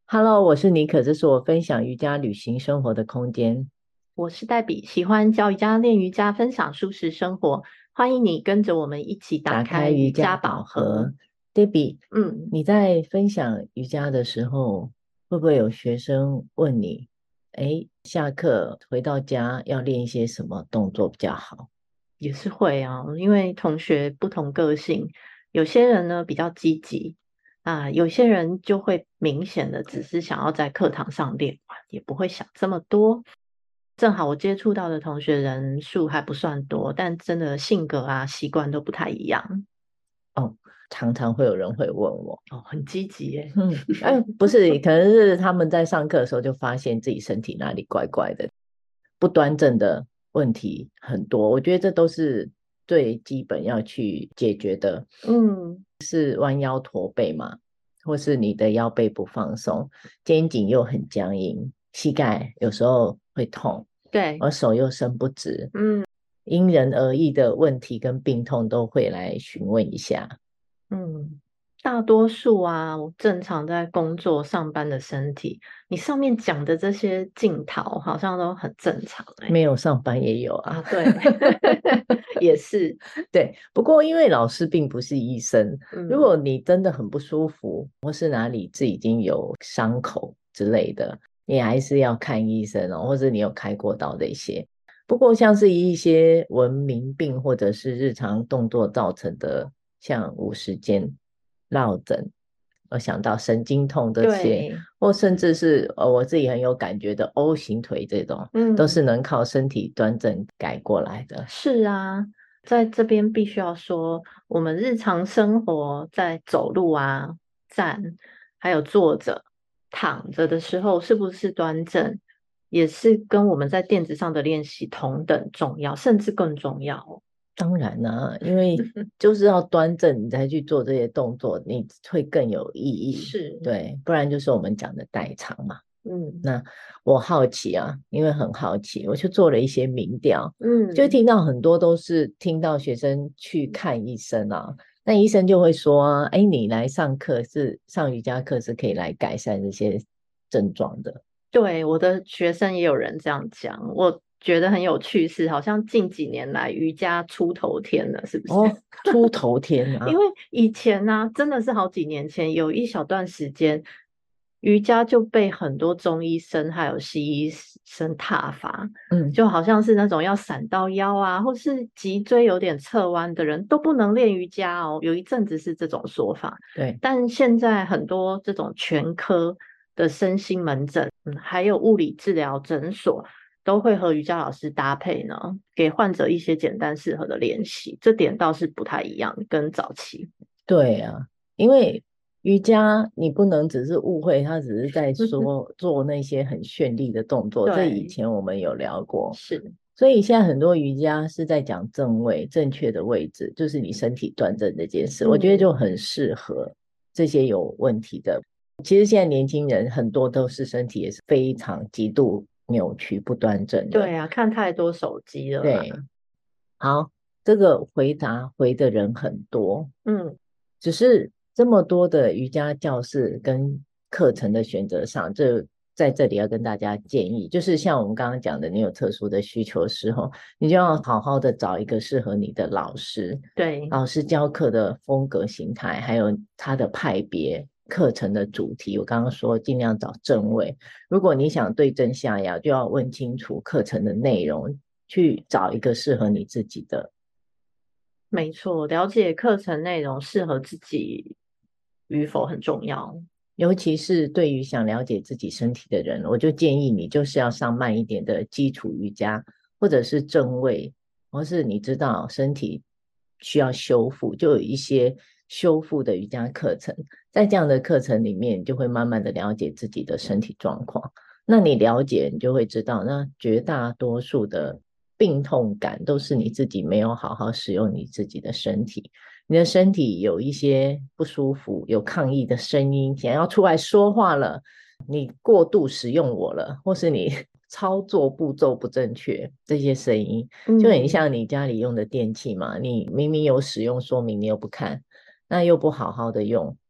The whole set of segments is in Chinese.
Hello，我是妮可，这是我分享瑜伽旅行生活的空间。 我是黛比，喜欢教瑜伽、练瑜伽、分享舒适生活。欢迎你跟着我们一起打打开开瑜伽瑜伽宝宝盒。 盒，Debbie， 嗯， 你在分享瑜伽的时候，会不会有学生问你，下课回到家要练一些什么动作比较好？ 也是会啊，因为同学不同个性，有些人呢比较积极啊，有些人就会明显的只是想要在课堂上练完，也不会想这么多。正好我接触到的同学人数还不算多，但真的性格啊、习惯都不太一样。 哦，常常会有人会问我， 哦，很积极耶。 不是，可能是他们在上课的时候就发现自己身体哪里怪怪的，不端正的问题很多，我觉得这都是最基本要去解决的。 嗯， 是弯腰驼背嘛，或是你的腰背不放松，肩颈又很僵硬，膝盖有时候会痛， 对， 而手又伸不直， 嗯。 因人而异的问题跟病痛都会来询问一下。 嗯，大多数啊，我正常在工作上班的身体，你上面讲的这些镜头好像都很正常没有上班也有啊。 啊，对，也是， 对，不过因为老师并不是医生，如嗯， 果你真的很不舒服，或是哪里是已经有伤口之类的，你还是要看医生哦，或者你有开过刀这些。不过像是一些文明病或者是日常动作造成的，像五十肩、落枕，我想到神经痛这些， 对， 或甚至是我自己很有感觉的 O 型腿这种，都嗯， 是能靠身体端正改过来的。 是啊，在这边必须要说，我们日常生活在走路啊、站，还有坐着、躺着的时候，是不是端正，也是跟我们在垫子上的练习同等重要，甚至更重要哦。 当然啦、因为就是要端正，你才去做这些动作，你会更有意义。 是， 对，不然就是我们讲的代偿嘛。 嗯那我好奇啊，因为很好奇，我就做了一些民调，就嗯， 听到很多都是听到学生去看医生啊，那医生就会说啊，哎，你来上课是上瑜伽课是可以来改善这些症状的。 对，我的学生也有人这样讲，我觉得很有趣是，好像近几年来瑜伽出头天了，是不是？ 哦，出头天啊， 因为以前呢、真的是好几年前，有一小段时间，瑜伽就被很多中医生还有西医生挞伐， 嗯， 就好像是那种要闪到腰啊，或是脊椎有点侧弯的人都不能练瑜伽哦。有一阵子是这种说法， 对。 但现在很多这种全科的身心门诊，还有物理治疗诊所。都会和瑜伽老师搭配呢，给患者一些简单适合的练习，这点倒是不太一样，跟早期。 对啊，因为瑜伽你不能只是误会，他只是在说做那些很绚丽的动作，这以对， 前我们有聊过。 是， 所以现在很多瑜伽是在讲正位，正确的位置，就是你身体端正这件事，我觉得就嗯， 很适合这些有问题的。其实现在年轻人很多都是身体也是非常极度扭曲不端正的。 对啊，看太多手机了啦。 对，好，这个回答回的人很多， 嗯， 只是这么多的瑜伽教室跟课程的选择上，这在这里要跟大家建议，就是像我们刚刚讲的，你有特殊的需求的时候，你就要好好的找一个适合你的老师， 对， 老师教课的风格形态，还有他的派别。课程的主题，我刚刚说尽量找正位。如果你想对症下药，就要问清楚课程的内容，去找一个适合你自己的。 没错，了解课程内容适合自己与否很重要。 尤其是对于想了解自己身体的人，我就建议你就是要上慢一点的基础瑜伽，或者是正位，或是你知道身体需要修复，就有一些修复的瑜伽课程。在这样的课程里面，你就会慢慢的了解自己的身体状况。那你了解，你就会知道，那绝大多数的病痛感都是你自己没有好好使用你自己的身体。你的身体有一些不舒服，有抗议的声音，想要出来说话了，你过度使用我了，或是你操作步骤不正确，这些声音就很嗯， 像你家里用的电器嘛，你明明有使用说明，你又不看，那又不好好的用，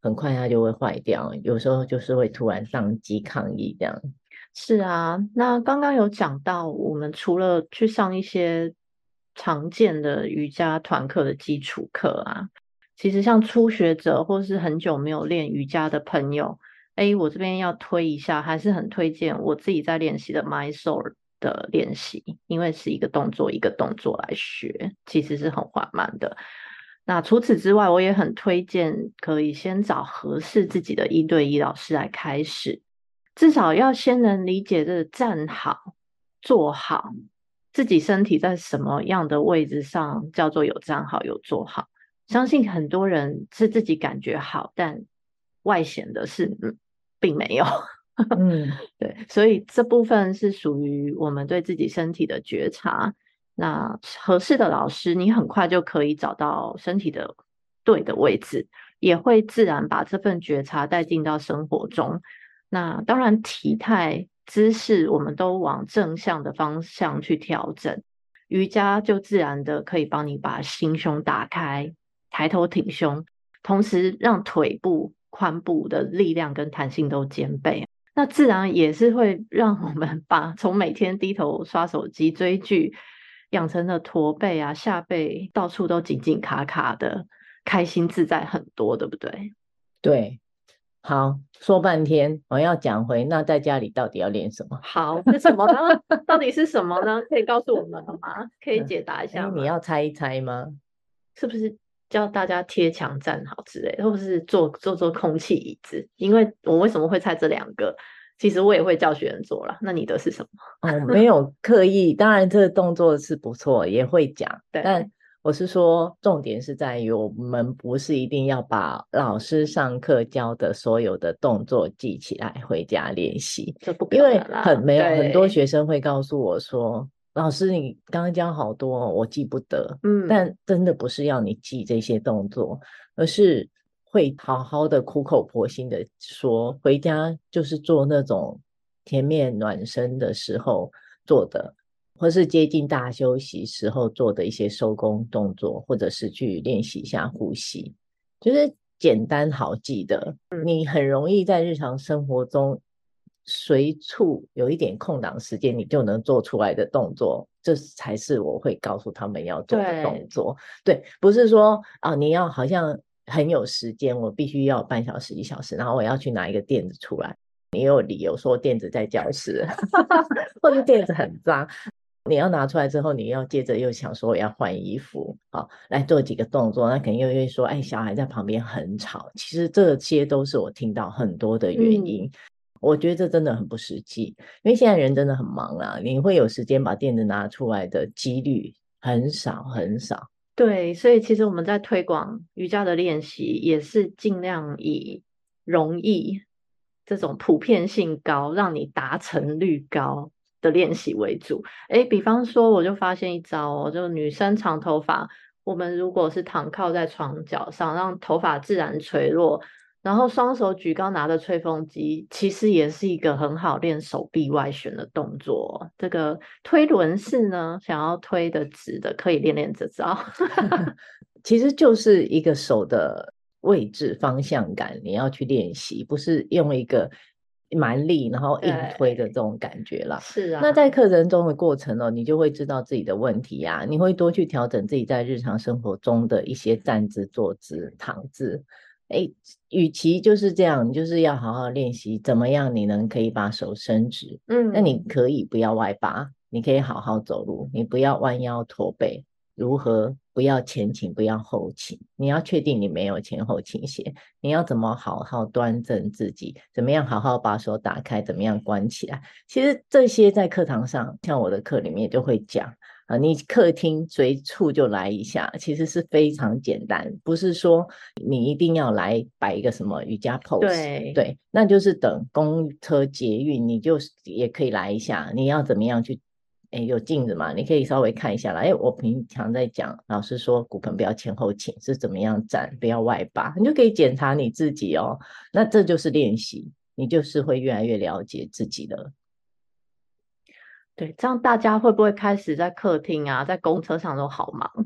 很快它就会坏掉，有时候就是会突然宕机抗议这样。 是啊，那刚刚有讲到，我们除了去上一些常见的瑜伽团课的基础课啊，其实像初学者或是很久没有练瑜伽的朋友，我这边要推一下，还是很推荐我自己在练习的 Mysore 的练习，因为是一个动作一个动作来学，其实是很缓慢的。那除此之外，我也很推荐可以先找合适自己的一对一老师来开始。至少要先能理解这个站好、坐好，自己身体在什么样的位置上叫做有站好、有坐好。相信很多人是自己感觉好，但外显的是并没有。 嗯， 对，所以这部分是属于我们对自己身体的觉察。那合适的老师，你很快就可以找到身体的对的位置，也会自然把这份觉察带进到生活中。那当然，体态、姿势，我们都往正向的方向去调整。瑜伽就自然的可以帮你把心胸打开，抬头挺胸，同时让腿部、髋部的力量跟弹性都兼备。那自然也是会让我们把从每天低头刷手机、追剧，养成的驼背啊、下背到处都紧紧卡卡的，开心自在很多，对不对？ 对。好，说半天，我要讲回那在家里到底要练什么？ 好，是什么呢？到底是什么呢？可以告诉我们了吗？可以解答一下你吗？ 要猜一猜吗？ 是不是叫大家贴墙站好之类的，或是坐空气椅子？因为我为什么会猜这两个？其实我也会教学生做啦。那你的是什么？ 哦，没有刻意，当然这个动作是不错，也会讲， 对， 但我是说，重点是在于我们不是一定要把老师上课教的所有的动作记起来回家练习， 这不因为可能啦。 没有很多对， 学生会告诉我说，老师你刚刚教好多哦，我记不得， 嗯， 但真的不是要你记这些动作，而是会好好的苦口婆心的说，回家就是做那种前面暖身的时候做的，或是接近大休息时候做的一些收工动作，或者是去练习一下呼吸，就是简单好记的。你很容易在日常生活中随处有一点空档时间，你就能做出来的动作，这才是我会告诉他们要做的动对， 作。对，不是说啊，你要好像很有时间，我必须要半小时、1小时，然后我要去拿一个垫子出来。你有理由说垫子在教室，或者垫子很脏，你要拿出来之后，你要接着又想说我要换衣服，好，来做几个动作，那肯定又会说，哎，小孩在旁边很吵。其实这些都是我听到很多的原因。我觉得这真的很不实际，因为现在人真的很忙啦，你会有时间把垫子拿出来的几率很少很少。 对，所以其实我们在推广瑜伽的练习，也是尽量以容易这种普遍性高，让你达成率高的练习为主。比方说，我就发现一招哦，就女生长头发，我们如果是躺靠在床脚上，让头发自然垂落，然后双手举高拿着吹风机，其实也是一个很好练手臂外旋的动作哦。这个推轮式呢，想要推的直的，可以练练这招。 其实就是一个手的位置方向感，你要去练习，不是用一个蛮力然后硬推的这对， 种感觉啦。 是啊， 那在课程中的过程你就会知道自己的问题啊，你会多去调整自己在日常生活中的一些站姿、坐姿、躺姿。与其就是这样，你就是要好好练习怎么样你能可以把手伸直。那你嗯， 可以不要外八，你可以好好走路，你不要弯腰驼背。如何不要前倾，不要后倾？你要确定你没有前后倾斜。你要怎么好好端正自己？怎么样好好把手打开？怎么样关起来？其实这些在课堂上，像我的课里面就会讲。你客厅随处就来一下，其实是非常简单，不是说你一定要来摆一个什么瑜伽 pose， 对， 对，那就是等公车捷运，你就也可以来一下，你要怎么样去？有镜子嘛？你可以稍微看一下啦。我平常在讲，老师说骨盆不要前后倾，是怎么样站，不要外八，你就可以检查你自己哦。那这就是练习，你就是会越来越了解自己的。 对，这样大家会不会开始在客厅啊，在公车上都好忙？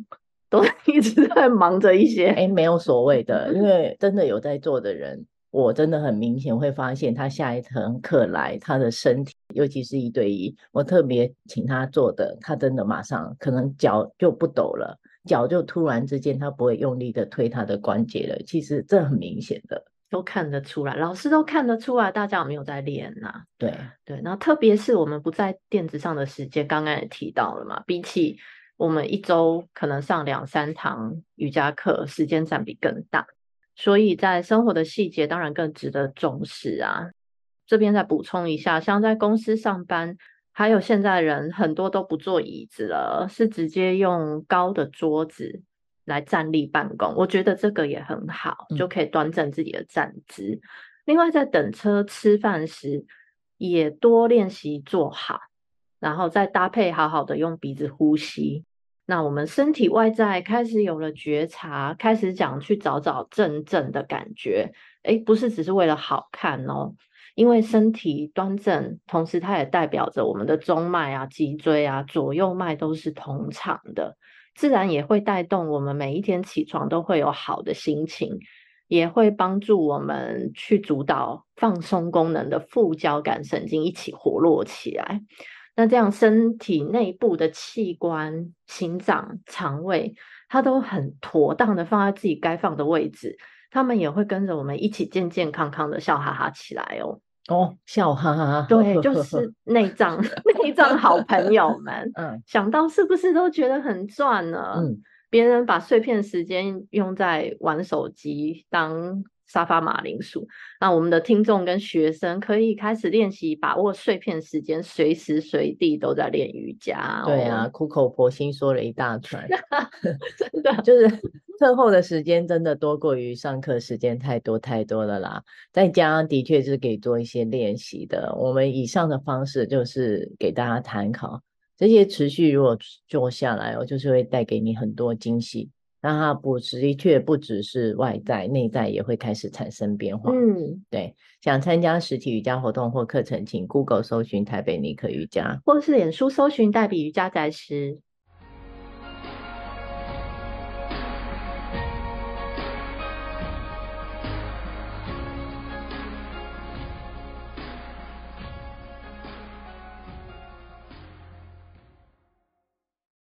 都一直在忙着一些。 没有所谓的，因为真的有在做的人，我真的很明显会发现他下一堂课来，他的身体，尤其是1对1，我特别请他做的，他真的马上可能脚就不抖了，脚就突然之间他不会用力的推他的关节了，其实这很明显的。 都看得出来，老师都看得出来，大家有没有在练啊？ 对对，那特别是我们不在垫子上的时间，刚刚也提到了嘛，比起我们一周可能上2、3堂瑜伽课，时间占比更大，所以在生活的细节当然更值得重视啊。这边再补充一下，像在公司上班，还有现在人很多都不坐椅子了，是直接用高的桌子来站立办公，我觉得这个也很好，就可以端正自己的站姿。另外，在等车吃饭时，也多练习坐好，然后再搭配好好的用鼻子呼吸。那我们身体外在开始有了觉察，开始讲去找找正正的感觉，不是只是为了好看哦，因为身体端正，同时它也代表着我们的中脉啊、脊椎啊、左右脉都是通畅的，自然也会带动我们每一天起床都会有好的心情，也会帮助我们去主导放松功能的副交感神经一起活络起来。那这样身体内部的器官、心脏、肠胃，它都很妥当的放在自己该放的位置，他们也会跟着我们一起健健康康的笑哈哈起来哦。 笑哈哈， 对，就是内脏内脏好朋友们，想到是不是都觉得很赚呢？别人把碎片时间用在玩手机当沙发马铃薯，那我们的听众跟学生可以开始练习把握碎片时间，随时随地都在练瑜伽哦。 对啊，苦口婆心说了一大串， 真的就是课后的时间真的多过于上课时间太多太多了啦。在家的确是可以做一些练习的，我们以上的方式就是给大家参考。这些持续如果做下来就是会带给你很多惊喜。那它的确不只是外在，内在也会开始产生变化。对，想参加实体瑜伽活动或课程，请 Google 搜寻台北尼克瑜伽， 或是脸书搜寻黛比瑜伽宅师。